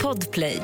Podplay.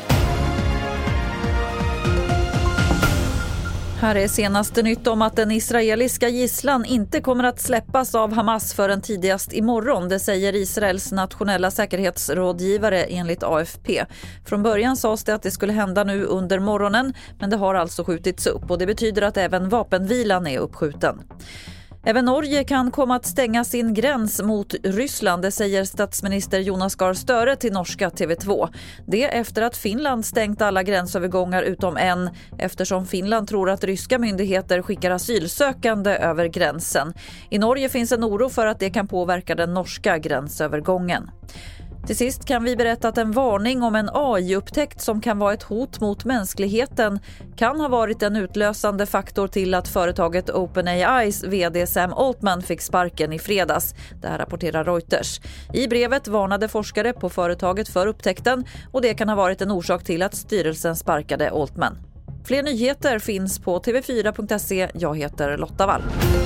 Här är senaste nytt om att den israeliska gisslan inte kommer att släppas av Hamas förrän tidigast imorgon. Det säger Israels nationella säkerhetsrådgivare enligt AFP. Från början sades det att det skulle hända nu under morgonen, men det har alltså skjutits upp och det betyder att även vapenvilan är uppskjuten. Även Norge kan komma att stänga sin gräns mot Ryssland, det säger statsminister Jonas Gahr Støre till norska TV2. Det efter att Finland stängt alla gränsövergångar utom en, eftersom Finland tror att ryska myndigheter skickar asylsökande över gränsen. I Norge finns en oro för att det kan påverka den norska gränsövergången. Till sist kan vi berätta att en varning om en AI-upptäckt som kan vara ett hot mot mänskligheten kan ha varit en utlösande faktor till att företaget OpenAIs vd Sam Altman fick sparken i fredags. Det här rapporterar Reuters. I brevet varnade forskare på företaget för upptäckten och det kan ha varit en orsak till att styrelsen sparkade Altman. Fler nyheter finns på tv4.se. Jag heter Lotta Wall.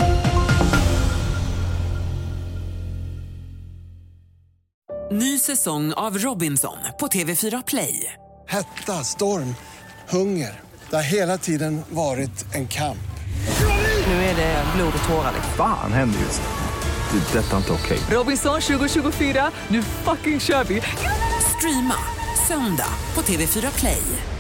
Ny säsong av Robinson på TV4 Play. Hetta, storm, hunger. Det har hela tiden varit en kamp. Nu är det blod och tårar. Fan händer just det. Det är detta inte okej. Robinson 2024, nu fucking kör vi. Streama söndag på TV4 Play.